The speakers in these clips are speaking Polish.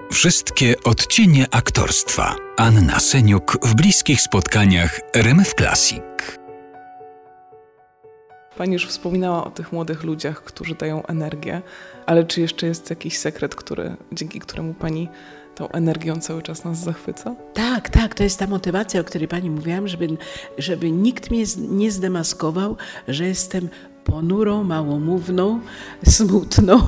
Wszystkie odcienie aktorstwa. Anna Seniuk w bliskich spotkaniach RMF Classic. Pani już wspominała o tych młodych ludziach, którzy dają energię, ale czy jeszcze jest jakiś sekret, dzięki któremu Pani tą energią cały czas nas zachwyca? Tak, to jest ta motywacja, o której Pani mówiłam, żeby nikt mnie nie zdemaskował, że jestem ponurą, małomówną, smutną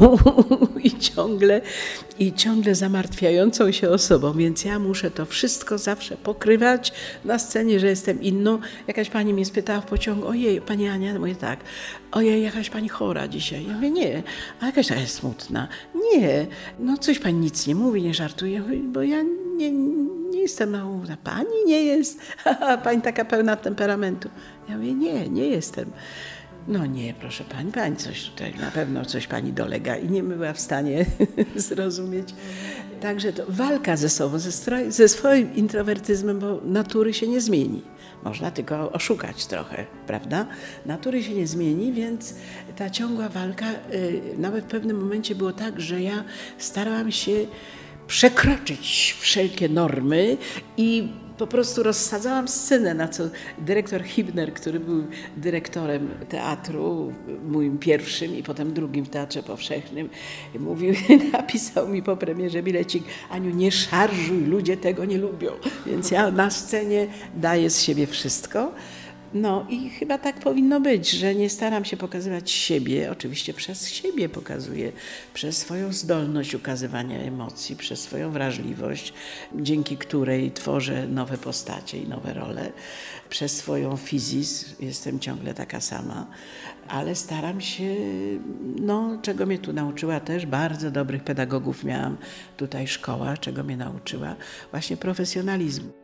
i ciągle zamartwiającą się osobą, więc ja muszę to wszystko zawsze pokrywać na scenie, że jestem inną. Jakaś pani mnie spytała w pociągu: ojej, pani Ania, mówię tak, ojej, jakaś pani chora dzisiaj. Ja mówię: nie, a jakaś taka jest smutna. Nie, no coś pani nic nie mówi, nie żartuje. Ja mówię: bo ja nie jestem małomówna. Pani nie jest, pani taka pełna temperamentu. Ja mówię: nie jestem. No nie, proszę pani coś tutaj, na pewno coś pani dolega i nie była w stanie zrozumieć. Także to walka ze sobą, ze swoim introwertyzmem, bo natury się nie zmieni. Można tylko oszukać trochę, prawda? Natury się nie zmieni, więc ta ciągła walka, nawet w pewnym momencie było tak, że ja starałam się przekroczyć wszelkie normy i po prostu rozsadzałam scenę, na co dyrektor Hibner, który był dyrektorem teatru, moim pierwszym i potem drugim w Teatrze Powszechnym, napisał mi po premierze bilecik: Aniu, nie szarżuj, ludzie tego nie lubią. Więc ja na scenie daję z siebie wszystko. No i chyba tak powinno być, że nie staram się pokazywać siebie, oczywiście przez siebie pokazuję, przez swoją zdolność ukazywania emocji, przez swoją wrażliwość, dzięki której tworzę nowe postacie i nowe role, przez swoją fizis, jestem ciągle taka sama, ale staram się, czego mnie tu nauczyła też, bardzo dobrych pedagogów miałam tutaj szkoła, czego mnie nauczyła, właśnie profesjonalizmu.